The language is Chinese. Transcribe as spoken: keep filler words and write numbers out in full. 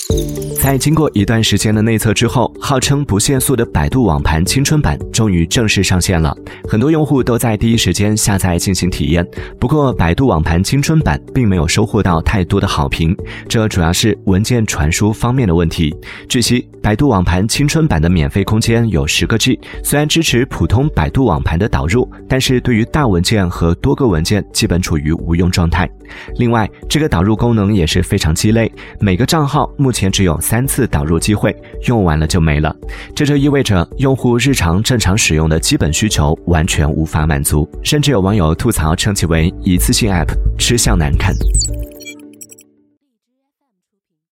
在经过一段时间的内测之后，号称不限速的百度网盘青春版终于正式上线了，很多用户都在第一时间下载进行体验。不过百度网盘青春版并没有收获到太多的好评，这主要是文件传输方面的问题。据悉，百度网盘青春版的免费空间有十个 G， 虽然支持普通百度网盘的导入，但是对于大文件和多个文件基本处于无用状态。另外，这个导入功能也是非常鸡肋，每个账号目前只有三次导入机会，用完了就没了。这就意味着用户日常正常使用的基本需求完全无法满足，甚至有网友吐槽称其为一次性 App， 吃相难看。